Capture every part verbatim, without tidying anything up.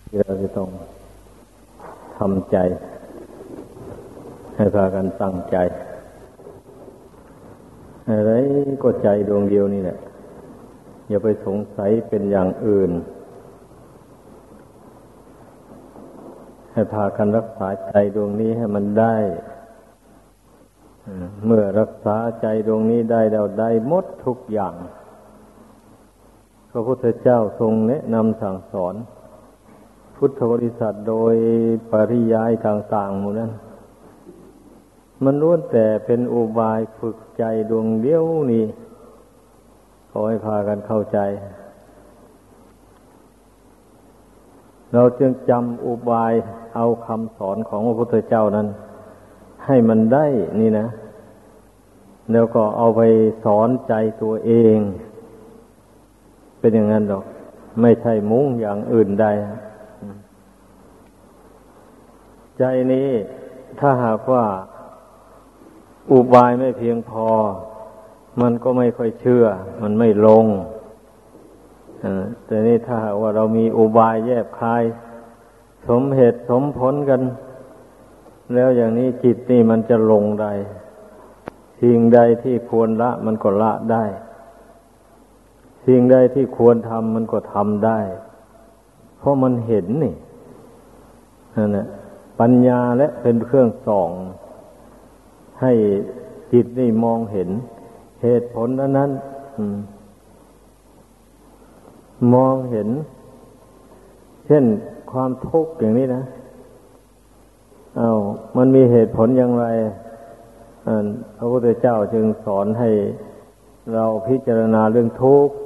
ที่เราจะต้องทำใจให้พากันตั้งใจอะไรก็ใจดวงเดียวนี่แหละอย่าไปสงสัยเป็นอย่างอื่นให้พากันรักษาใจดวงนี้ให้มันได้เมื่อรักษาใจดวงนี้ได้เราได้หมดทุกอย่างพระพุทธเจ้าทรงแนะนำสั่งสอนพุทธบริษัทโดยปริยายต่างๆหมู่นั้นมันล้วนแต่เป็นอุบายฝึกใจดวงเดียวนี้ขอให้พากันเข้าใจเราจึงจำอุบายเอาคำสอนของพระพุทธเจ้านั้นให้มันได้นี่นะแล้วก็เอาไปสอนใจตัวเองเป็นอย่างนั้นหรอกไม่ใช่มุ่งอย่างอื่นใดใจนี้ถ้าหากว่าอุบายไม่เพียงพอมันก็ไม่ค่อยเชื่อมันไม่ลงแต่นี่ถ้าหากว่าเรามีอุบายแยบคายสมเหตุสมผลกันแล้วอย่างนี้จิตนี่มันจะลงได้สิ่งใดที่ควรละมันก็ละได้สิ่งใดที่ควรทำมันก็ทำได้เพราะมันเห็นนี่นั่นแหละปัญญาและเป็นเครื่องส่องให้จิตนี่มองเห็นเหตุผลนั้นนั้นมองเห็นเช่นความทุกข์อย่างนี้นะเอามันมีเหตุผลอย่างไรพระพุทธเจ้าจึงสอนให้เราพิจารณาเรื่องทุกข์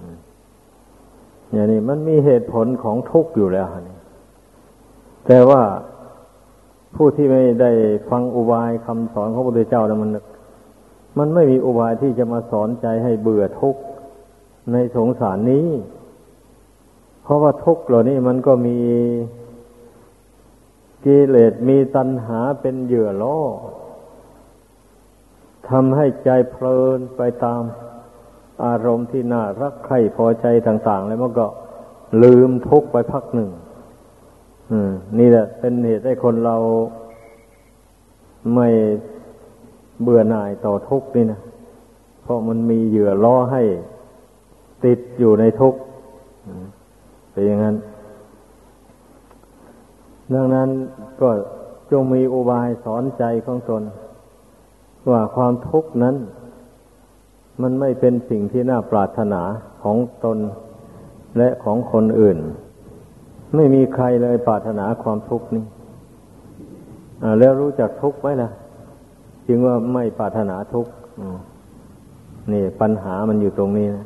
อย่างนี้มันมีเหตุผลของทุกข์อยู่แล้วนี่แต่ว่าผู้ที่ไม่ได้ฟังอุบายคำสอนของพระพุทธเจ้าแล้วมันมันไม่มีอุบายที่จะมาสอนใจให้เบื่อทุกข์ในสงสารนี้เพราะว่าทุกข์เหล่านี้มันก็มีกิเลสมีตัณหาเป็นเหยื่อล่อทำให้ใจเพลินไปตามอารมณ์ที่น่ารักใคร่พอใจต่างๆแล้วมันก็ลืมทุกข์ไปพักหนึ่งอืมนี่แหละเป็นเหตุให้คนเราไม่เบื่อหน่ายต่อทุกข์นี่นะเพราะมันมีเหยื่อล่อให้ติดอยู่ในทุกข์เป็นอย่างนั้นดังนั้นก็จงมีอุบายสอนใจของตนว่าความทุกข์นั้นมันไม่เป็นสิ่งที่น่าปรารถนาของตนและของคนอื่นไม่มีใครเลยปรารถนาความทุกข์นี้แล้วรู้จักทุกข์ไหมล่ะจึงว่าไม่ปรารถนาทุกข์นี่ปัญหามันอยู่ตรงนี้นะ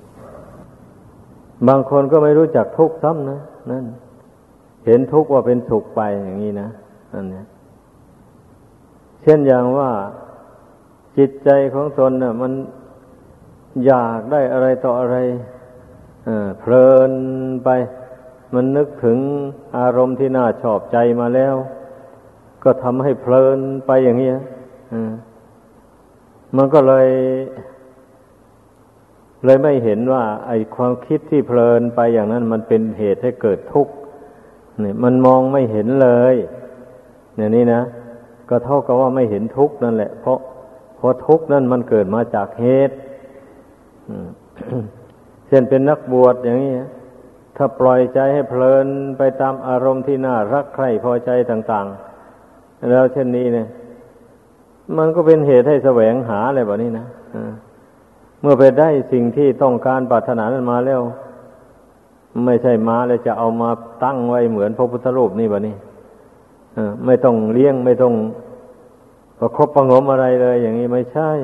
บางคนก็ไม่รู้จักทุกข์ซ้ำนะนั่นเห็นทุกข์ว่าเป็นสุขไปอย่างนี้นะนั่นเนี่ยเช่นอย่างว่าจิตใจของตนน่ะมันอยากได้อะไรต่ออะไรเออเพลินไปมันนึกถึงอารมณ์ที่น่าชอบใจมาแล้วก็ทำให้เพลินไปอย่างนี้อืมมันก็เลยเลยไม่เห็นว่าไอ้ความคิดที่เพลินไปอย่างนั้นมันเป็นเหตุให้เกิดทุกข์นี่มันมองไม่เห็นเลยเนี่ยนี่นะก็เท่ากับว่าไม่เห็นทุกข์นั่นแหละเพราะเพราะทุกข์นั่นมันเกิดมาจากเหตุเช่นเป็นนักบวชอย่างนี้ถ้าปล่อยใจให้เพลินไปตามอารมณ์ที่น่ารักใคร่พอใจต่างๆแล้วเช่นนี้เนี่ยมันก็เป็นเหตุให้แสวงหาอะไรแบบนี้นะเมื่อไปได้สิ่งที่ต้องการปรารถนานั้นมาแล้วไม่ใช่มาแล้วจะเอามาตั้งไว้เหมือนพระพุทธรูปนี่แบบนี้ไม่ต้องเลี้ยงไม่ต้องประคบประหงมอะไรเลยอย่างนี้ไม่ใช่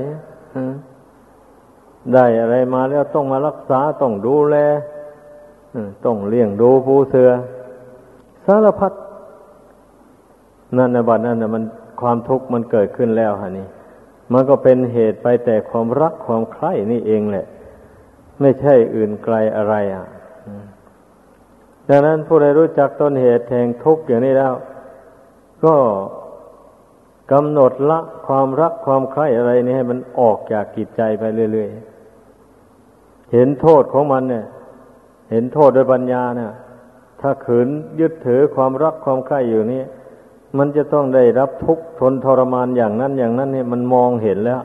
ได้อะไรมาแล้วต้องมารักษาต้องดูแลต้องเลี้ยงดูปูเสือสารพัดนั่นนะบัดนั้นนะมันความทุกข์มันเกิดขึ้นแล้วฮะนี่มันก็เป็นเหตุไปแต่ความรักความใคร่นี่เองแหละไม่ใช่อื่นไกลอะไรอ่ะดังนั้นผู้ใดรู้จักต้นเหตุแห่งทุกข์อย่างนี้แล้วก็กำหนดละความรักความใคร่อะไรนี่ให้มันออกจากจิตใจไปเรื่อยๆเห็นโทษของมันเนี่ยเห็นโทษโดยปัญญาเนี่ยถ้าขืนยึดถือความรักความใคร่อยู่นี่มันจะต้องได้รับทุกข์ทนทรมานอย่างนั้นอย่างนั้นเนี่ยมันมองเห็นแล้ว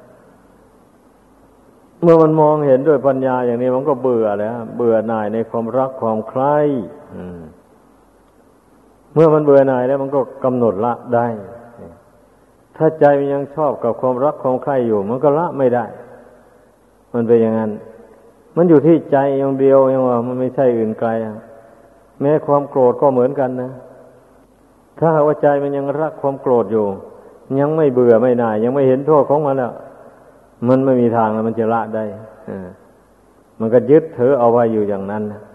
เมื่อมันมองเห็นด้วยปัญญาอย่างนี้มันก็เบื่อแล้วเบื่อหน่ายในความรักความใคร่เมื่อมันเบื่อหน่ายแล้วมันก็กำหนดละได้ถ้าใจมันยังชอบกับความรักความใคร่อยู่มันก็ละไม่ได้มันเป็นอย่างนั้นมันอยู่ที่ใจอย่างเดียวยังว่ามันไม่ใช่อื่นไกลแม้ความโกรธก็เหมือนกันนะถ้าว่าใจมันยังรักความโกรธอยู่ยังไม่เบื่อไม่หน่ายยังไม่เห็นโทษของมันแล้วมันไม่มีทางแล้วมันจะละได้มันก็ยึดถือเอาไว้อยู่อย่างนั้นนะ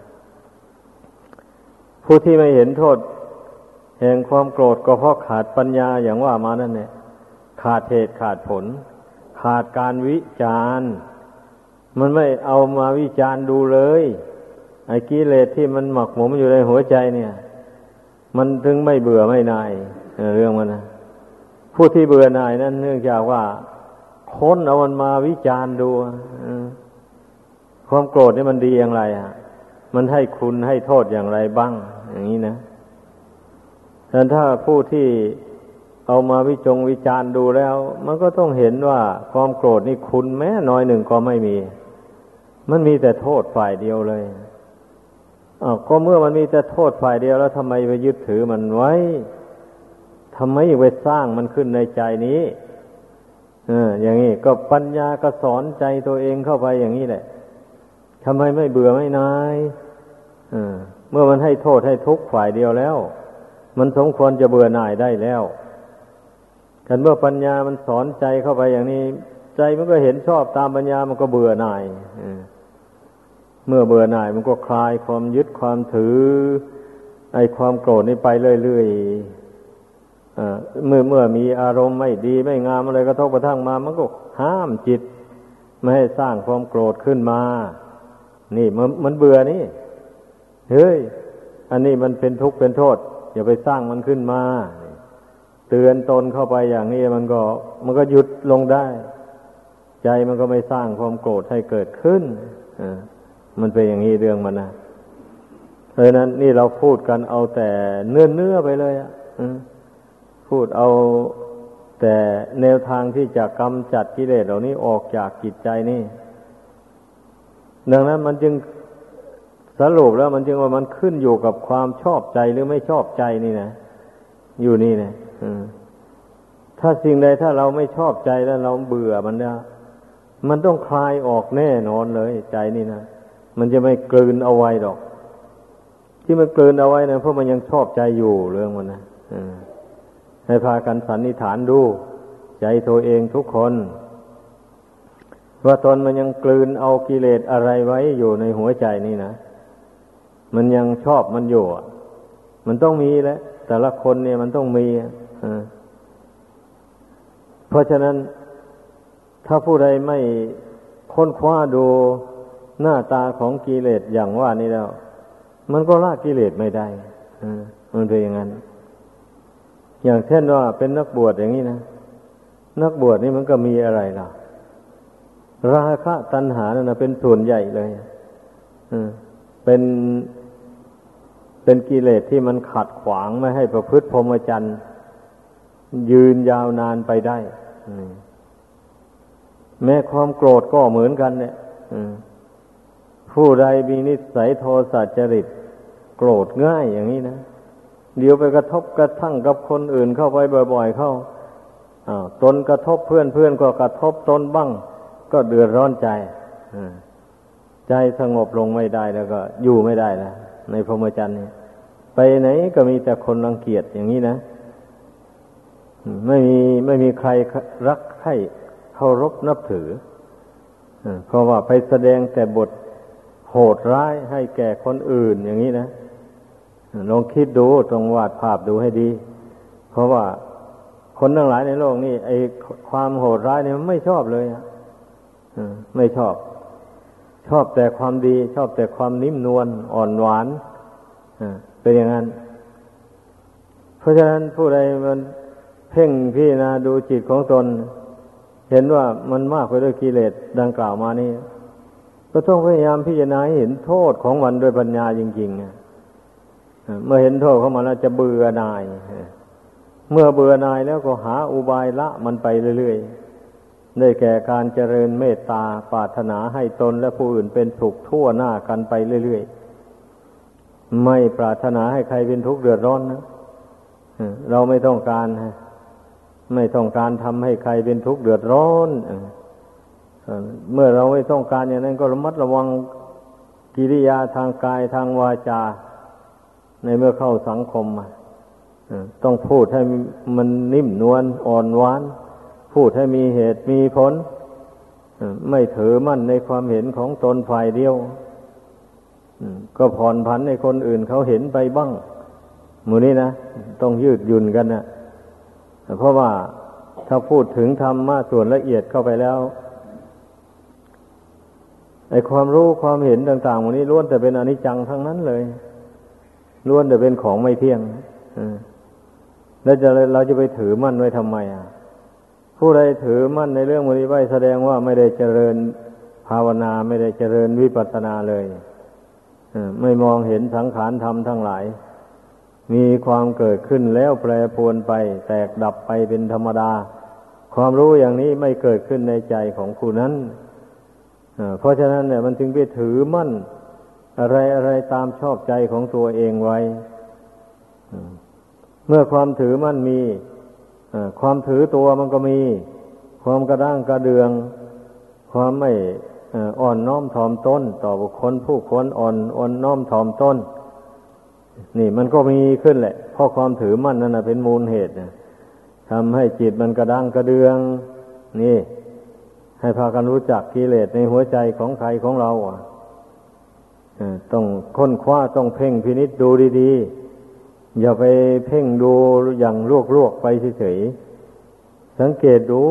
ผู้ที่ไม่เห็นโทษแห่งความโกรธก็เพราะขาดปัญญาอย่างว่ามานั่นแหละขาดเหตุขาดผลขาดการวิจารณ์มันไม่เอามาวิจารณ์ดูเลยไอ้กิเลสที่มันหมักหมมอยู่ในหัวใจเนี่ยมันถึงไม่เบื่อไม่หน่ายเรื่องมันนะผู้ที่เบื่อหน่ายนั้นเนื่องจากว่าค้นเอามันมาวิจารณ์ดูความโกรธนี่มันดีอย่างไรอ่ะมันให้คุณให้โทษอย่างไรบ้างอย่างนี้นะแต่ถ้าผู้ที่เอามาวิจงวิจารณ์ดูแล้วมันก็ต้องเห็นว่าความโกรธนี่คุณแม้น้อยหนึ่งก็ไม่มีมันมีแต่โทษฝ่ายเดียวเลยอ้าวก็เมื่อมันมีแต่โทษฝ่ายเดียวแล้วทำไมไปยึดถือมันไว้ทำไมไปสร้างมันขึ้นในใจนี้เอออย่างนี้ก็ปัญญาก็สอนใจตัวเองเข้าไปอย่างนี้แหละทำไมไม่เบื่อไม่นายเออเมื่อมันให้โทษให้ทุกข์ฝ่ายเดียวแล้วมันสมควรจะเบื่อหน่ายได้แล้วกันเมื่อปัญญามันสอนใจเข้าไปอย่างนี้ใจมันก็เห็นชอบตามปัญญามันก็เบื่อหน่ายเมื่อเบื่อหน่ายมันก็คลายความยึดความถือไอ้ความโกรธนี่ไปเรื่อยๆเมื่อเมื่อมีอารมณ์ไม่ดีไม่งามอะไรกระทบกระทั่งมามันก็ห้ามจิตไม่ให้สร้างความโกรธขึ้นมานี่มันมันเบื่อนี่เฮ้ยอันนี้มันเป็นทุกข์เป็นโทษอย่าไปสร้างมันขึ้นมาเตือนตนเข้าไปอย่างนี้มันก็มันก็หยุดลงได้ใจมันก็ไม่สร้างความโกรธให้เกิดขึ้นอ่ามันเป็นอย่างนี้เรื่องมันนะเพราะฉะนั้นนี่เราพูดกันเอาแต่เนื้อเนื้อไปเลยอ่ะพูดเอาแต่แนวทางที่จะกำจัดกิเลสเหล่านี้ออกจากจิตใจนี่ดังนั้นมันจึงสรุปแล้วมันจึงว่ามันขึ้นอยู่กับความชอบใจหรือไม่ชอบใจนี่นะอยู่นี่นะถ้าสิ่งใดถ้าเราไม่ชอบใจแล้วเราเบื่อมันเนี่ยมันต้องคลายออกแน่นอนเลยใจนี่นะมันจะไม่กลืนเอาไว้ดอกที่มันกลืนเอาไว้นะเพราะมันยังชอบใจอยู่เรื่องมันนะให้พากันสันนิษฐานดูใจตัวเองทุกคนว่าตนมันยังกลืนเอากิเลสอะไรไว้อยู่ในหัวใจนี่นะมันยังชอบมันอยู่มันต้องมีแหละแต่ละคนเนี่ยมันต้องมีเพราะฉะนั้นถ้าผู้ใดไม่ค้นคว้าดูหน้าตาของกิเลสอย่างว่านี้แล้วมันก็ละกิเลสไม่ได้มันเป็นอย่างนั้นอย่างเช่นว่าเป็นนักบวชอย่างนี้นะนักบวชนี่มันก็มีอะไรล่ะราคะตัณหานั่นนะเป็นส่วนใหญ่เลยเป็นเป็นกิเลสที่มันขัดขวางไม่ให้ประพฤติพรหมจรรย์ยืนยาวนานไปได้แม้ความโกรธก็เหมือนกันเนี่ยผู้ใดมีนิสัยโทสะจริตโกรธง่ายอย่างนี้นะเดี๋ยวไปกระทบกระทั่งกับคนอื่นเข้าไปบ่อยๆเข้าอ้าวตนกระทบเพื่อนเพื่อนก็กระทบตนบ้างก็เดือดร้อนใจใจสงบลงไม่ได้แล้วก็อยู่ไม่ได้นะในพรหมจรรย์นี่ไปไหนก็มีแต่คนรังเกียจอย่างนี้นะไม่มีไม่มีใครรักใคร่เคารพนับถือเพราะว่าไปแสดงแต่บทโหดร้ายให้แก่คนอื่นอย่างนี้นะลองคิดดูตรงวาดภาพดูให้ดีเพราะว่าคนทั้งหลายในโลกนี้ไอ้ความโหดร้ายเนี่ยมันไม่ชอบเลยอ่ะไม่ชอบชอบแต่ความดีชอบแต่ความนิ่มนวลอ่อนหวานเป็นอย่างนั้นเพราะฉะนั้นผู้ใดมันเพ่งพิจารณาดูจิตของตนเห็นว่ามันมากไปด้วยกิเลสดังกล่าวมานี่ก็ต้องพยายามพิจารณาให้เห็นโทษของมันด้วยปัญญาจริงเมื่อเห็นโทษเข้ามาแล้วจะเบื่อหน่ายเมื่อเบื่อหน่ายแล้วก็หาอุบายละมันไปเรื่อยๆได้แก่การเจริญเมตตาปรารถนาให้ตนและผู้อื่นเป็นสุขทั่วหน้ากันไปเรื่อยๆไม่ปรารถนาให้ใครเป็นทุกข์เดือดร้อนนะเราไม่ต้องการไม่ต้องการทำให้ใครเป็นทุกข์เดือดร้อนเมื่อเราไม่ต้องการอย่างนั้นก็ระมัดระวังกิริยาทางกายทางวาจาในเมื่อเข้าสังคมมาต้องพูดให้มันนิ่มนวลอ่อนหวานพูดให้มีเหตุมีผลไม่ถือมั่นในความเห็นของตนฝ่ายเดียวก็ผ่อนผันให้คนอื่นเขาเห็นไปบ้างหมู่นี้นะต้องยืดหยุ่นกันนะเพราะว่าถ้าพูดถึงธรรมะส่วนละเอียดเข้าไปแล้วไอ้ความรู้ความเห็นต่างๆหมู่นี้ล้วนแต่เป็นอนิจจังทั้งนั้นเลยล้วนแต่เป็นของไม่เที่ยงแล้วจะเราจะไปถือมั่นไว้ทำไมอ่ะผู้ใดถือมั่นในเรื่องนี้ไว้แสดงว่าไม่ได้เจริญภาวนาไม่ได้เจริญวิปัสสนาเลยไม่มองเห็นสังขารธรรมทั้งหลายมีความเกิดขึ้นแล้วแปรปรวนไปแตกดับไปเป็นธรรมดาความรู้อย่างนี้ไม่เกิดขึ้นในใจของผู้นั้นเพราะฉะนั้นเนี่ยมันจึงไปถือมั่นอะไรอะไรตามชอบใจของตัวเองไว้เมื่อความถือมั่นมีความถือตัวมันก็มีความกระด้างกระเดืองความไม่อ่อนน้อมถ่อมตนต่อบุคคลผู้ควรอ่อนอ่อนน้อมถ่อมตนนี่มันก็มีขึ้นแหละเพราะความถือมั่นนั่นนะเป็นมูลเหตุนะทำให้จิตมันกระด้างกระเดืองนี่ให้พากันรู้จักกิเลสในหัวใจของใครของเราอ่ะต้องค้นคว้าต้องเพ่งพินิจดูดีๆอย่าไปเพ่งดูอย่างลวกๆไปเฉยๆสังเกตดู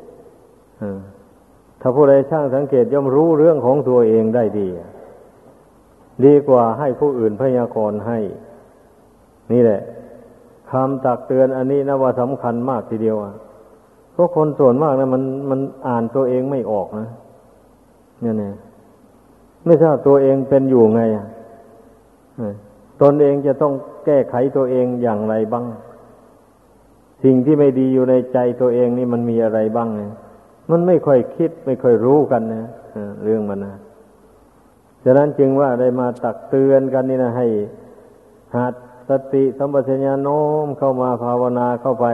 ถ้าผู้ใดช่างสังเกตย่อมรู้เรื่องของตัวเองได้ดีดีกว่าให้ผู้อื่นพยากรณ์ให้นี่แหละคำตักเตือนอันนี้นะว่าสำคัญมากทีเดียวอ่ะเพราะคนส่วนมากนะมันมันอ่านตัวเองไม่ออกนะเนี่ยเนี่ยไม่ทราบตัวเองเป็นอยู่ไงอ่ะตนเองจะต้องแก้ไขตัวเองอย่างไรบ้างสิ่งที่ไม่ดีอยู่ในใจตัวเองนี่มันมีอะไรบ้างเนี่ยมันไม่ค่อยคิดไม่ค่อยรู้กันนะเรื่องมันนะฉะนั้นจึงว่าได้มาตักเตือนกันนี่นะให้หัดสติสัมปชัญญะโน้มเข้ามาภาวนาเข้าไป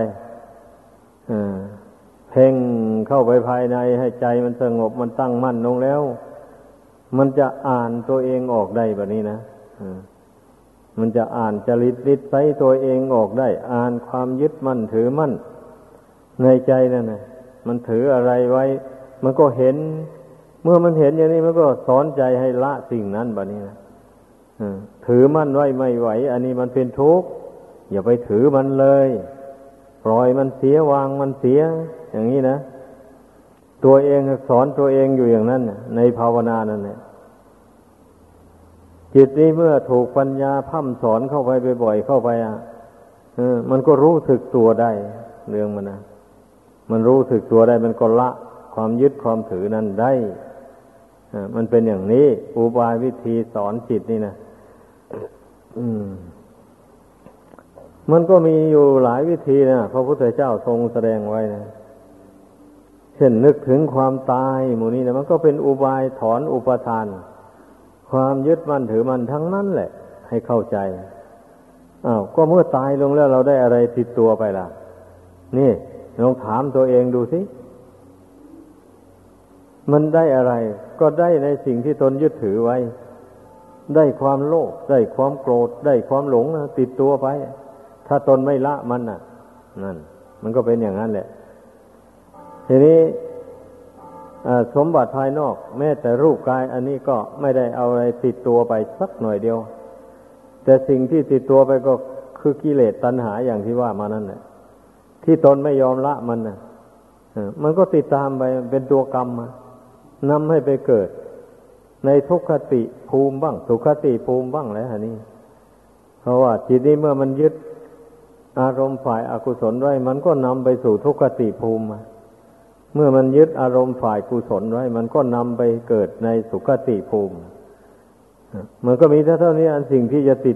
เพ่งเข้าไปภายในให้ใจมันสงบมันตั้งมั่นลงแล้วมันจะอ่านตัวเองออกได้แบบนี้นะมันจะอ่านจริตนิสัยตัวเองออกได้อ่านความยึดมั่นถือมั่นในใจนั่นนะมันถืออะไรไว้มันก็เห็นเมื่อมันเห็นอย่างนี้มันก็สอนใจให้ละสิ่งนั้นแบบนี้นะถือมั่นไว้ไม่ไหวอันนี้มันเป็นทุกข์อย่าไปถือมันเลยปล่อยมันเสียวางมันเสียอย่างนี้นะตัวเองสอนตัวเองอยู่อย่างนั้นในภาวนานั่นแหละจิตนี้เมื่อถูกปัญญาพร่ำสอนเข้าไปบ่อยๆเข้าไปอ่ะเออมันก็รู้สึกตัวได้เรื่องมันนะมันรู้สึกตัวได้มันก็ละความยึดความถือนั้นได้อ่ามันเป็นอย่างนี้อุบายวิธีสอนจิตนี่นะอืมมันก็มีอยู่หลายวิธีนะพระพุทธเจ้าทรงแสดงไว้นะเช่นนึกถึงความตายหมู่นี้นะมันก็เป็นอุบายถอนอุปทานความยึดมั่นถือมั่นทั้งนั้นแหละให้เข้าใจอ้าวก็เมื่อตายลงแล้วเราได้อะไรติดตัวไปล่ะนี่ลองถามตัวเองดูสิมันได้อะไรก็ได้ในสิ่งที่ตนยึดถือไว้ได้ความโลภได้ความโกรธได้ความหลงนะติดตัวไปถ้าตนไม่ละมันน่ะนั่นมันก็เป็นอย่างนั้นแหละทีนี้สมบัติภายนอกแม้แต่รูปกายอันนี้ก็ไม่ได้เอาอะไรติดตัวไปสักหน่อยเดียวแต่สิ่งที่ติดตัวไปก็คือกิเลสตัณหาอย่างที่ว่ามานั่นแหละที่ตนไม่ยอมละมันน่ะมันก็ติดตามไปเป็นตัวกรรมมานำให้ไปเกิดในทุกขติภูมิบ้างสุขติภูมิบ้างแล้วอันนี้เพราะว่าจิตนี้เมื่อมันยึดอารมณ์ฝ่ายอกุศลไว้มันก็นำไปสู่ทุกขติภูมิมาเมื่อมันยึดอารมณ์ฝ่ายกุศลไว้มันก็นำไปเกิดในสุขติภูมิมันก็มีเท่านี้อันสิ่งที่จะติด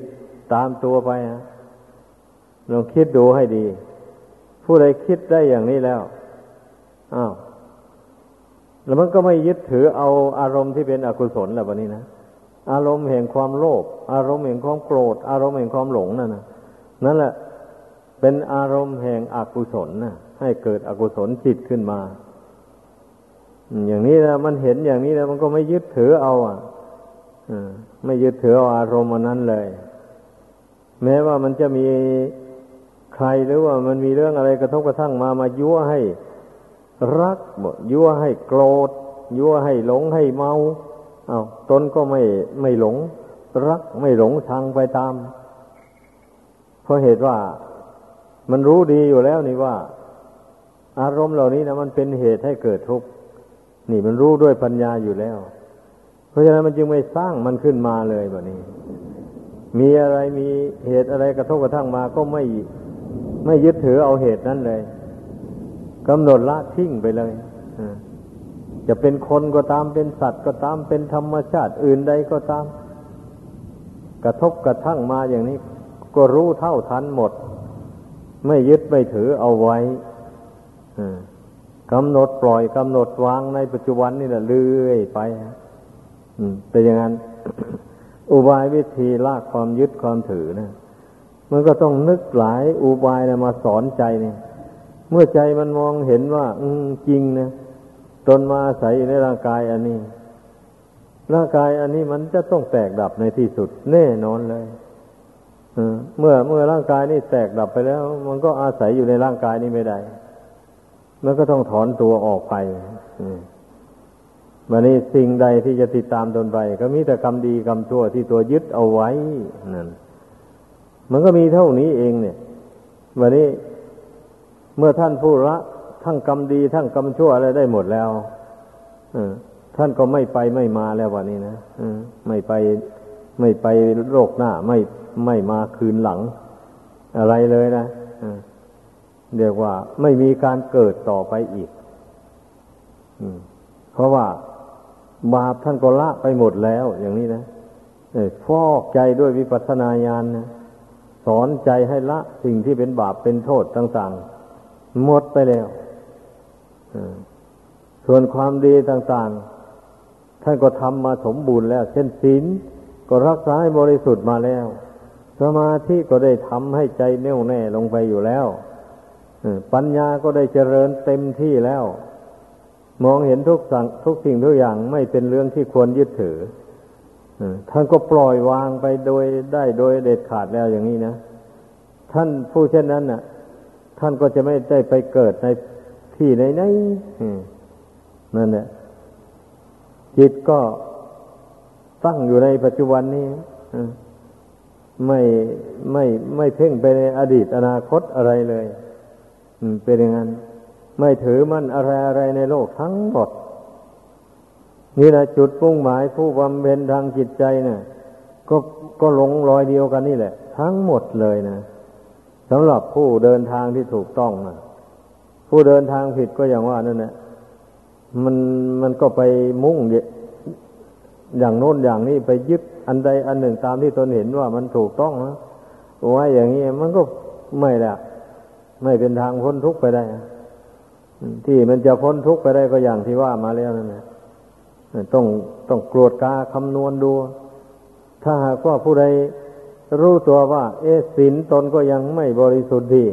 ตามตัวไปฮะลองคิดดูให้ดีผู้ใดคิดได้อย่างนี้แล้วอ้าวแล้วมันก็ไม่ยึดถือเอาอารมณ์ที่เป็นอกุศลแล้วบัดนี้นะอารมณ์แห่งความโลภอารมณ์แห่งความโกรธอารมณ์แห่งความหลงนั่นนะนั่นแหละเป็นอารมณ์แห่งอกุศลนะให้เกิดอกุศลจิตขึ้นมาอย่างนี้นะมันเห็นอย่างนี้แล้วมันก็ไม่ยึดถือเอาอ่ะไม่ยึดถือเอาอารมณ์อันนั้นเลยแม้ว่ามันจะมีใครหรือว่ามันมีเรื่องอะไรกระทบกระทั่งมามายั่วให้รักยั่วให้โกรธยั่วให้หลงให้เมาอ้าวตนก็ไม่ไม่หลงรักไม่หลงชังไปตามเพราะเหตุว่ามันรู้ดีอยู่แล้วนี่ว่าอารมณ์เหล่านี้นะมันเป็นเหตุให้เกิดทุกข์นี่มันรู้ด้วยปัญญาอยู่แล้วเพราะฉะนั้นมันจึงไม่สร้างมันขึ้นมาเลยแบบนี้มีอะไรมีเหตุอะไรกระทบกระทั่งมาก็ไม่ไม่ยึดถือเอาเหตุนั้นเลยกำหนดละทิ้งไปเลยจะเป็นคนก็ตามเป็นสัตว์ก็ตามเป็นธรรมชาติอื่นใดก็ตามกระทบกระทั่งมาอย่างนี้ก็รู้เท่าทันหมดไม่ยึดไม่ถือเอาไว้กำหนดปล่อยกำหนดวางในปัจจุบันนี่แหละเรื่อยไปแต่อย่างนั้น อุบายวิธีละความยึดความถือนะมันก็ต้องนึกหลายอุบายนะมาสอนใจนี่เมื่อใจมันมองเห็นว่าอืมจริงนะตนมาอาศัยในร่างกายอันนี้ร่างกายอันนี้มันจะต้องแตกดับในที่สุดแน่นอนเลยเมื่อเมื่อร่างกายนี้แตกดับไปแล้วมันก็อาศัยอยู่ในร่างกายนี้ไม่ได้มันก็ต้องถอนตัวออกไปวันนี้สิ่งใดที่จะติดตามตนไปก็มีแต่กรรมดีกรรมชั่วที่ตัวยึดเอาไว้นั่นมันก็มีเท่านี้เองเนี่ยวันนี้เมื่อท่านผู้ละทั้งกรรมดีทั้งกรรมชั่วอะไรได้หมดแล้วท่านก็ไม่ไปไม่มาแล้ววันนี้นะไม่ไปไม่ไปโลกหน้าไม่ไม่มาคืนหลังอะไรเลยนะเรียกว่าไม่มีการเกิดต่อไปอีกเพราะว่าบาปท่านก็ละไปหมดแล้วอย่างนี้นะฟอกใจด้วยวิปัสสนาญาณนะสอนใจให้ละสิ่งที่เป็นบาปเป็นโทษต่างๆหมดไปแล้วส่วนความดีต่างๆท่านก็ทำมาสมบูรณ์แล้วเช่นศีลก็รักษาให้บริสุทธิ์มาแล้วสมาธิก็ได้ทำให้ใจแน่วแน่ลงไปอยู่แล้วปัญญาก็ได้เจริญเต็มที่แล้วมองเห็นทุกสิ่งทุกสิ่งทุกอย่างไม่เป็นเรื่องที่ควรยึดถือท่านก็ปล่อยวางไปโดยได้โดยเด็ดขาดแล้วอย่างนี้นะท่านผู้เช่นนั้นน่ะท่านก็จะไม่ได้ไปเกิดในที่ไหนๆนั่นแหละจิตก็ตั้งอยู่ในปัจจุบันนี้ไม่ไม่ไม่เพ่งไปในอดีตอนาคตอะไรเลยเป็นอย่างนั้นไม่ถือมั่นอะไรอะไรในโลกทั้งหมดนี่แหละจุดมุ่งหมายผู้บำเพ็ญทางจิตใจเนี่ยก็ก็หลงรอยเดียวกันนี่แหละทั้งหมดเลยนะสำหรับผู้เดินทางที่ถูกต้องนะผู้เดินทางผิดก็อย่างว่านั่นแหละมันมันก็ไปมุ่งอย่างโน้นอย่างนี้ไปยึดอันใดอันหนึ่งตามที่ตนเห็นว่ามันถูกต้องนะว่าอย่างนี้มันก็ไม่ละไม่เป็นทางพ้นทุกข์ไปได้ที่มันจะพ้นทุกข์ไปได้ก็อย่างที่ว่ามาแล้วนั่นแหละต้องต้องกรวดกาคำนวณดูถ้าหากว่าผู้ใดรู้ตัวว่าเอศีลตนก็ยังไม่บริสุทธิ์ดี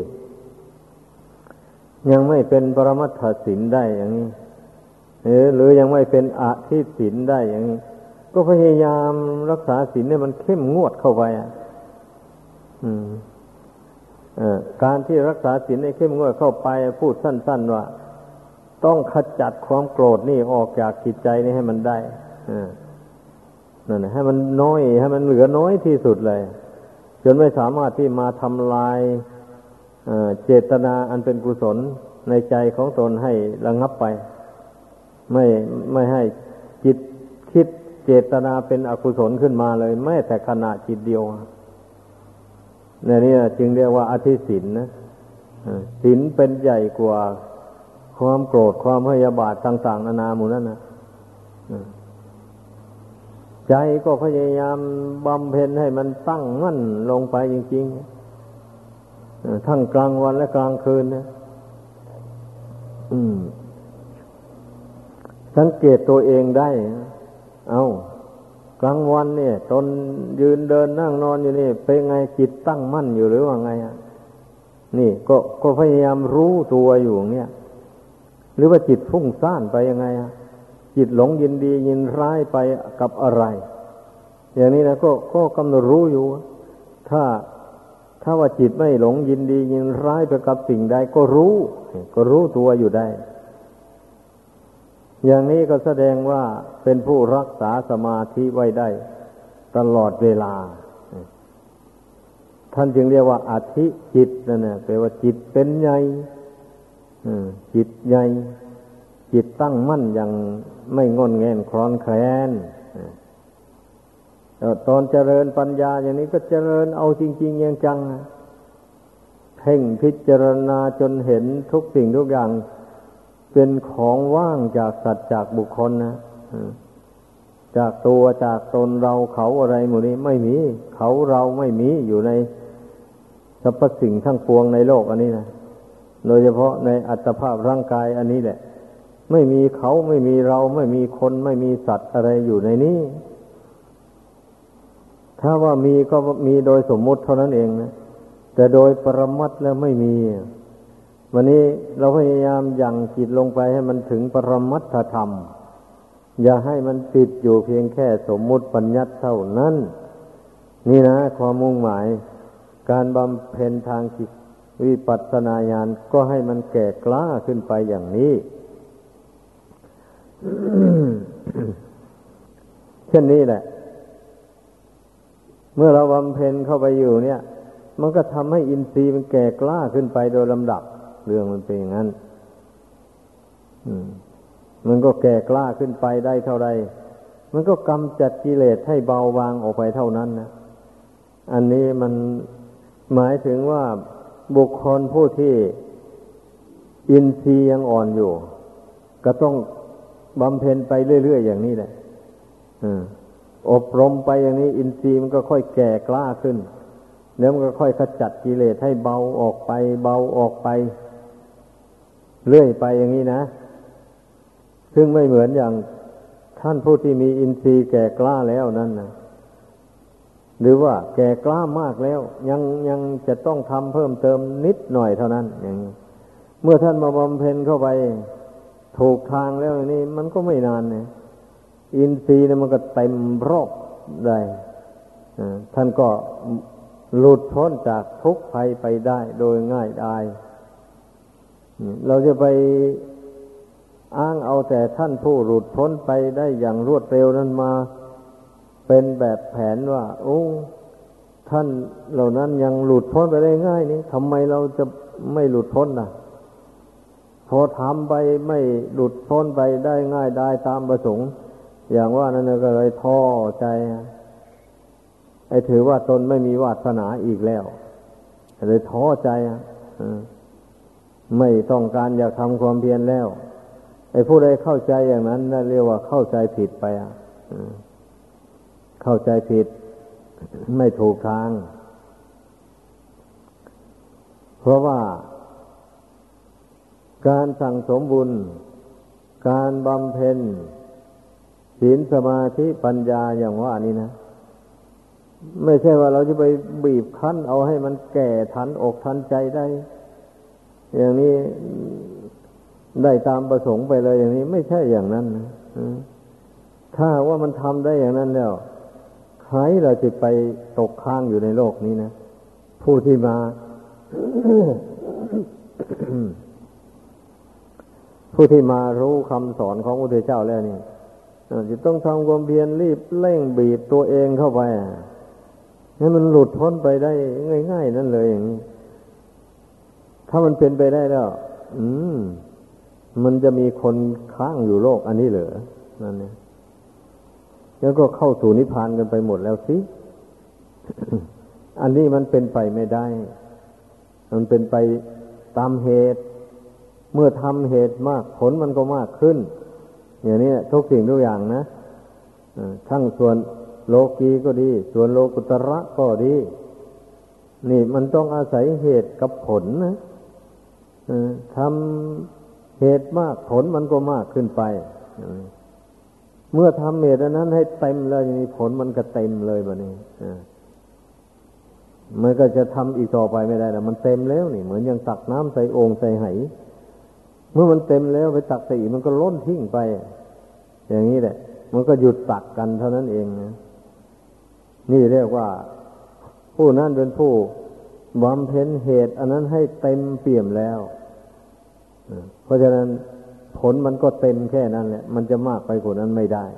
ยังไม่เป็นปรมัตถศีลได้อย่างนี้เออหรือยังไม่เป็นอธิศีลได้อย่างนี้ก็พยายามรักษาศีลเนี่ยมันเข้มงวดเข้าไปอ่ะอืมเอ่อการที่รักษาศีลให้เข้มงวดเข้าไปพูดสั้นๆว่าต้องขจัดความโกรธนี่ออกจากจิตใจนี่ให้มันได้อ่านั่นแหละให้มันน้อยให้มันเหลือน้อยที่สุดเลยจนไม่สามารถที่มาทำลายเอ่อเจตนาอันเป็นกุศลในใจของตนให้ระงับไปไม่ไม่ให้จิตคิดเจตนาเป็นอกุศลขึ้นมาเลยแม้แต่ขณะจิตเดียวเนี่ยนี่จึงเรียกว่าอธิศีลนะศีลเป็นใหญ่กว่าความโกรธความพยาบาทต่างๆนานาหมู่นั้นนะใจใจก็พยายามบำเพ็ญให้มันตั้งมั่นลงไปจริงๆทั้งกลางวันและกลางคืนนะอืมสังเกตตัวเองได้เอากลางวันเนี่ยตนยืนเดินนั่งนอนอยู่นี่เป็นไงจิตตั้งมั่นอยู่หรือว่าไงอ่ะนี่ก็ก็พยายามรู้ตัวอยู่เนี่ยหรือว่าจิตฟุ้งซ่านไปยังไงอ่ะจิตหลงยินดียินร้ายไปกับอะไรอย่างนี้นะก็ก็กำหนดรู้อยู่ถ้าถ้าว่าจิตไม่หลงยินดียินร้ายไปกับสิ่งใดก็รู้ก็รู้ตัวอยู่ได้อย่างนี้ก็แสดงว่าเป็นผู้รักษาสมาธิไว้ได้ตลอดเวลาท่านจึงเรียกว่าอธิจิตนั่นแหละแปลว่าจิตเป็นใหญ่จิตใหญ่จิตตั้งมั่นอย่างไม่งอนแงนคลอนแคลนตอนเจริญปัญญาอย่างนี้ก็เจริญเอาจริงๆอย่างจังเพ่งพิจารณาจนเห็นทุกสิ่งทุกอย่างเป็นของว่างจากสัตว์จากบุคคลนะจากตัวจากตนเราเขาอะไรหมดนี้ไม่มีเขาเราไม่มีอยู่ในสรรพสิ่งทั้งปวงในโลกอันนี้นะโดยเฉพาะในอัตภาพร่างกายอันนี้แหละไม่มีเขาไม่มีเราไม่มีคนไม่มีสัตว์อะไรอยู่ในนี้ถ้าว่ามีก็มีโดยสมมุติเท่านั้นเองนะแต่โดยปรมัตถ์แล้วไม่มีวันนี้เราพยายามยั่งจิตลงไปให้มันถึงปรมัตถธรรมอย่าให้มันติดอยู่เพียงแค่สมมุติปัญญัติเท่านั้นนี่นะความมุ่งหมายการบำเพ็ญทางจิตวิปัสสนาญาณก็ให้มันแก่กล้าขึ้นไปอย่างนี้ เช่นนี้แหละเมื่อเราบำเพ็ญเข้าไปอยู่เนี่ยมันก็ทำให้อินทรีย์มันแก่กล้าขึ้นไปโดยลำดับเรื่องมันเป็นอย่างนั้นมันก็แก่กล้าขึ้นไปได้เท่าใดมันก็กำจัดกิเลสให้เบาบางออกไปเท่านั้นนะอันนี้มันหมายถึงว่าบุคคลผู้ที่อินทรีย์ยังอ่อนอยู่ก็ต้องบำเพ็ญไปเรื่อยๆอย่างนี้แหละอบรมไปอย่างนี้อินทรีย์มันก็ค่อยแก่กล้าขึ้นแล้วมันก็ค่อยขจัดกิเลสให้เบาออกไปเบาออกไปเรื่อยไปอย่างนี้นะซึ่งไม่เหมือนอย่างท่านผู้ที่มีอินทรีย์แก่กล้าแล้วนั่นนะหรือว่าแก่กล้ามากแล้วยังยังจะต้องทำเพิ่มเติมนิดหน่อยเท่านั้นอย่างนี้เมื่อท่านมาบำเพ็ญเข้าไปถูกทางแล้วอย่างนี้มันก็ไม่นานเนี่ยอินทรีย์เนี่ยมันก็เต็มรอบได้ท่านก็หลุดพ้นจากทุกข์ภัยไปได้โดยง่ายดายเราจะไปอ้างเอาแต่ท่านผู้หลุดพ้นไปได้อย่างรวดเร็วนั้นมาเป็นแบบแผนว่าโอ้ท่านเหล่านั้นยังหลุดพ้นไปได้ง่ายนี่ทำไมเราจะไม่หลุดพ้นล่ะพอทำไปไม่หลุดพ้นไปได้ง่ายได้ตามประสงค์อย่างว่านั่นก็เลยท้อใจไอ้ถือว่าตนไม่มีวาสนาอีกแล้วเลยท้อใจไม่ต้องการอยากทำความเพียรแล้วไอ้ผู้ใดเข้าใจอย่างนั้นนั่นเรียกว่าเข้าใจผิดไปอ่ะเข้าใจผิดไม่ถูกทางเพราะว่าการสั่งสมบุญการบำเพ็ญศีลสมาธิปัญญาอย่างว่านี้นะไม่ใช่ว่าเราจะไปบีบคั้นเอาให้มันแก่ทันอกทันใจได้อย่างนี้ได้ตามประสงค์ไปเลยอย่างนี้ไม่ใช่อย่างนั้นนะถ้าว่ามันทำได้อย่างนั้นแล้วใครเราจะไปตกค้างอยู่ในโลกนี้นะผู้ที่มา ผู้ที่มารู้คำสอนของพระพุทธเจ้าแล้วนี่จะต้องทำความเพียรรีบเร่งบีบตัวเองเข้าไปให้มันหลุดพ้นไปได้ง่ายๆนั่นเลยอย่างนี้ถ้ามันเป็นไปได้แล้วอืมมันจะมีคนค้างอยู่โลกอันนี้เหรอนั่นเนี่ยแล้วก็เข้าสู่นิพพานกันไปหมดแล้วสิ อันนี้มันเป็นไปไม่ได้มันเป็นไปตามเหตุเมื่อทำเหตุมากผลมันก็มากขึ้นอย่างนี้ทุกสิ่งทุกอย่างนะทั้งส่วนโลกีก็ดีส่วนโลกุตระก็ดีนี่มันต้องอาศัยเหตุกับผลนะทำเหตุมากผลมันก็มากขึ้นไปเมื่อทำเหตุอันนั้นให้เต็มเลยนี่ผลมันก็เต็มเลยแบบนี้มันก็จะทำอีกต่อไปไม่ได้แล้วมันเต็มแล้วนี่เหมือนอย่างตักน้ำใส่โอ่งใส่ไหเมื่อมันเต็มแล้วไปตักใส่อีกมันก็ล้นทิ้งไปอย่างนี้แหละมันก็หยุดตักกันเท่านั้นเองนะนี่เรียกว่าผู้นั้นเป็นผู้บำเพ็ญเหตุอันนั้นให้เต็มเปี่ยมแล้วเพราะฉะนั้นผลมันก็เต็มแค่นั้นแหละมันจะมากไปกว่านั้นไม่ได้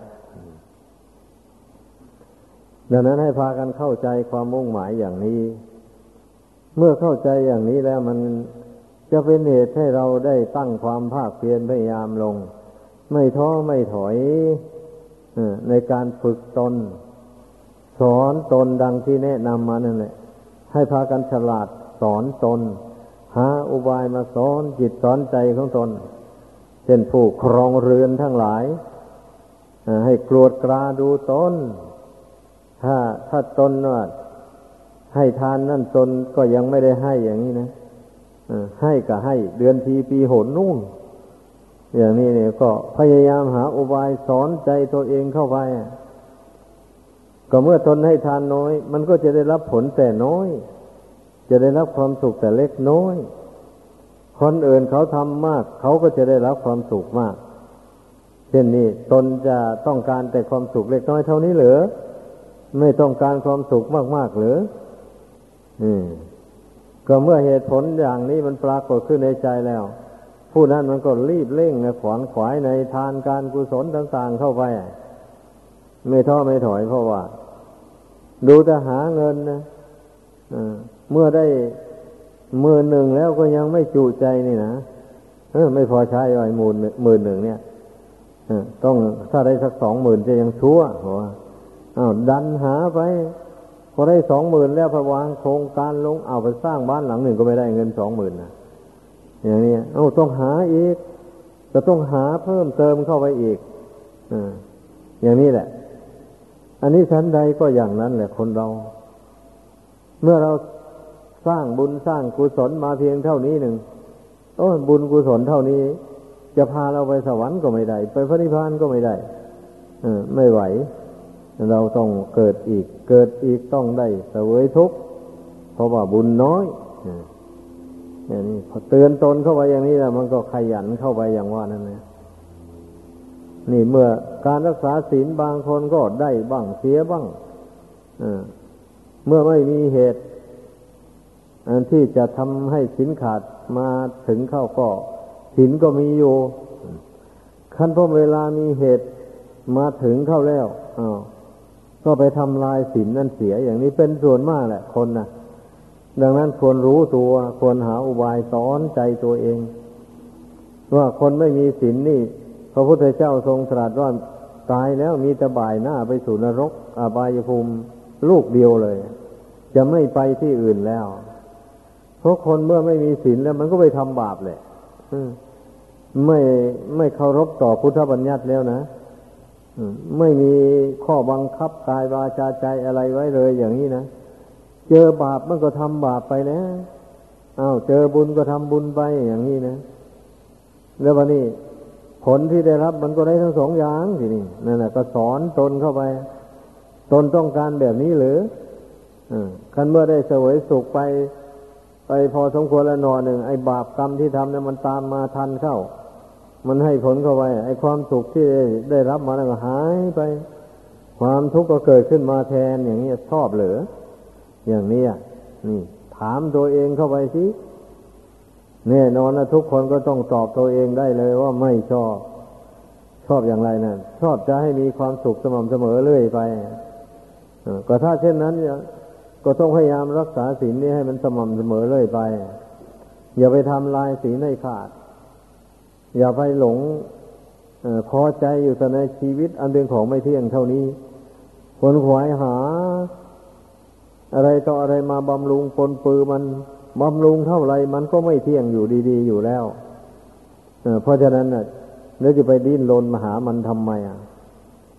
ดังนั้นให้พากันเข้าใจความมุ่งหมายอย่างนี้เมื่อเข้าใจอย่างนี้แล้วมันจะเป็นเหตุให้เราได้ตั้งความภาคเพียรพยายามลงไม่ท้อไม่ถอยในการฝึกตนสอนตนดังที่แนะนำมานั่นแหละให้พากันฉลาดสอนตนหาอุบายมาสอนจิตสอนใจของตนเช่นผู้ครองเรือนทั้งหลายให้กรวดกราดูตนถ้าถ้าตนว่าให้ทานนั่นตนก็ยังไม่ได้ให้อย่างนี้นะให้ก็ให้เดือนทีปีหนนู่นอย่างนี้เนี่ยก็พยายามหาอุบายสอนใจตัวเองเข้าไปก็เมื่อตนให้ทานน้อยมันก็จะได้รับผลแต่น้อยจะได้รับความสุขแต่เล็กน้อยคนอื่นเขาทำมากเขาก็จะได้รับความสุขมากเช่นนี้ตนจะต้องการแต่ความสุขเล็กน้อยเท่านี้เหรอไม่ต้องการความสุขมากๆหรืออืมก็เมื่อเหตุผลอย่างนี้มันปรากฏขึ้นในใจแล้วผู้นั้นมันก็รีบเร่งขวนขวายในทานการกุศลต่างๆเข้าไปไม่ท้อไม่ถอยเพราะว่าดูแต่หาเงินนะเมื่อได้หมื่นหนึ่งแล้วก็ยังไม่จุใจนี่นะเออไม่พอใช้ไอ้หมื่นหมื่นหนึ่งเนี่ยต้องถ้าได้สักสองหมื่นจะยังชั่วเพราะว่าอ้าวดันหาไปพอได้สองหมื่นแล้วพอวางโครงการลงเอาไปสร้างบ้านหลังหนึ่งก็ไม่ได้เงินสองหมื่นนะอย่างนี้เอ้าต้องหาอีกจะต้องหาเพิ่มเติมเข้าไปอีกอ่าอย่างนี้แหละอันนี้ชั้นใดก็อย่างนั้นแหละคนเราเมื่อเราสร้างบุญสร้างกุศลมาเพียงเท่านี้หนึ่งโอ้บุญกุศลเท่านี้จะพาเราไปสวรรค์ก็ไม่ได้ไปพระนิพพานก็ไม่ได้เออไม่ไหวเราต้องเกิดอีกเกิดอีกต้องได้เสวยทุกข์เพราะว่าบุญน้อยอย่างนี้พอเตือนตนเข้าไปอย่างนี้แล้วมันก็ขยันเข้าไปอย่างว่านั่นนะนี่เมื่อการรักษาศีลบางคนก็ได้บ้างเสียบ้างเมื่อไม่มีเหตุอันที่จะทำให้ศีลขาดมาถึงเข้าก็ศีลก็มีอยู่ขั้นพอเวลามีเหตุมาถึงเข้าแล้วอ้าวก็ไปทำลายศีลนั่นเสียอย่างนี้เป็นส่วนมากแหละคนนะดังนั้นควรรู้ตัวควรหาอุบายสอนใจตัวเองว่าคนไม่มีศีลนี่พระพุทธเจ้าทรงตรัสว่าตายแล้วมีแต่บ่ายหน้าไปสู่นรกอบายภูมิลูกเดียวเลยจะไม่ไปที่อื่นแล้วเพราะคนเมื่อไม่มีศีลแล้วมันก็ไปทำบาปแหละไม่ไม่เคารพต่อพุทธบัญญัติแล้วนะไม่มีข้อบังคับกายวาจาใจอะไรไว้เลยอย่างนี้นะเจอบาปมันก็ทำบาปไปแล้วอ้าวเจอบุญก็ทำบุญไปอย่างนี้นะแล้ววันนี้ผลที่ได้รับมันก็ได้ทั้งสองอย่างทีนี้นั่นแหละก็สอนตนเข้าไปตนต้องการแบบนี้หรือคันเมื่อได้เสวยสุขไปไปพอสมควรแล้วนอนหนึ่งไอ้บาปกรรมที่ทำเนี่ยมันตามมาทันเข้ามันให้ผลเข้าไปไอ้ความสุขที่ได้ได้รับมาแล้วก็หายไปความทุกข์ก็เกิดขึ้นมาแทนอย่างนี้ชอบหรืออย่างนี้นี่ถามตัวเองเข้าไปสิแน่นอนนะทุกคนก็ต้องตอบตัวเองได้เลยว่าไม่ชอบชอบอย่างไรนั่นชอบจะให้มีความสุขสม่ำเสมอเรื่อยไปก็ถ้าเช่นนั้นก็ต้องพยายามรักษาศีลนี้ให้มันสม่ำเสมอเรื่อยไปอย่าไปทำลายศีลให้ขาดอย่าไปหลงเอ่อพอใจอยู่แต่ในชีวิตอันเป็นของไม่เที่ยงเท่านี้คนขวายหาอะไรต่ออะไรมาบำรุงปนปือมันบำรุงเท่าไรมันก็ไม่เที่ยงอยู่ดีๆอยู่แล้วเออเพราะฉะนั้นน่ะแล้วจะไปดิ้นรนมาหามันทำไมอ่ะ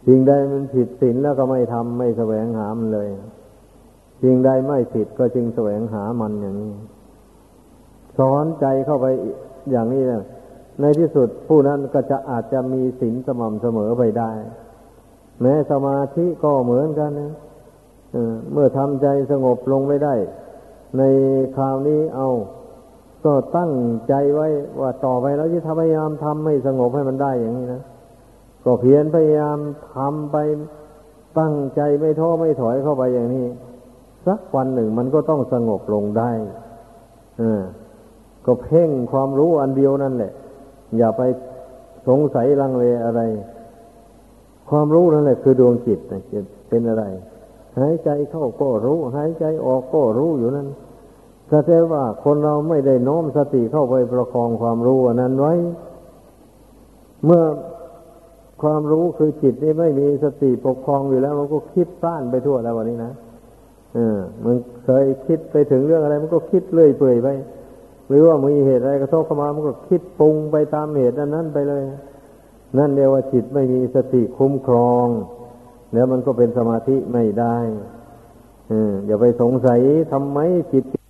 สิ่งใดมันผิดศีลแล้วก็ไม่ทำไม่แสวงหามันเลยสิ่งใดไม่ผิดก็จึงแสวงหามันอย่างนี้สอนใจเข้าไปอย่างนี้นะในที่สุดผู้นั้นก็จะอาจจะมีศีลสม่ำเสมอไปได้แม้สมาธิก็เหมือนกันนะเ, เมื่อทำใจสงบลงไม่ได้ในคราวนี้เอาก็ตั้งใจไว้ว่าต่อไปแล้วจะพยายามทำให้สงบให้มันได้อย่างนี้นะก็เพียรพยายามทำไปตั้งใจไม่ท้อไม่ถอยเข้าไปอย่างนี้สักวันหนึ่งมันก็ต้องสงบลงได้เออก็เพ่งความรู้อันเดียวนั่นแหละอย่าไปสงสัยลังเลอะไรความรู้นั่นแหละคือดวงจิตนะจะเป็นอะไรหายใจเข้าก็รู้หายใจออกก็รู้อยู่นั่นแสดงว่าคนเราไม่ได้น้อมสติเข้าไปประคองความรู้อันนั้นไว้เมื่อความรู้คือจิตนี่ไม่มีสติปกครองอยู่แล้วมันก็คิดพล่านไปทั่วแล้ววันนี้นะเออมันเคยคิดไปถึงเรื่องอะไรมันก็คิดเลื่อยเปื่อยไปหรือว่ามีเหตุอะไรกระทบเข้ามามันก็คิดปรุงไปตามเหตุนั้นไปเลยนั่นเรียกว่าจิตไม่มีสติคุ้มครองแล้วมันก็เป็นสมาธิไม่ได้เอออย่าไปสงสัยทำไมจิต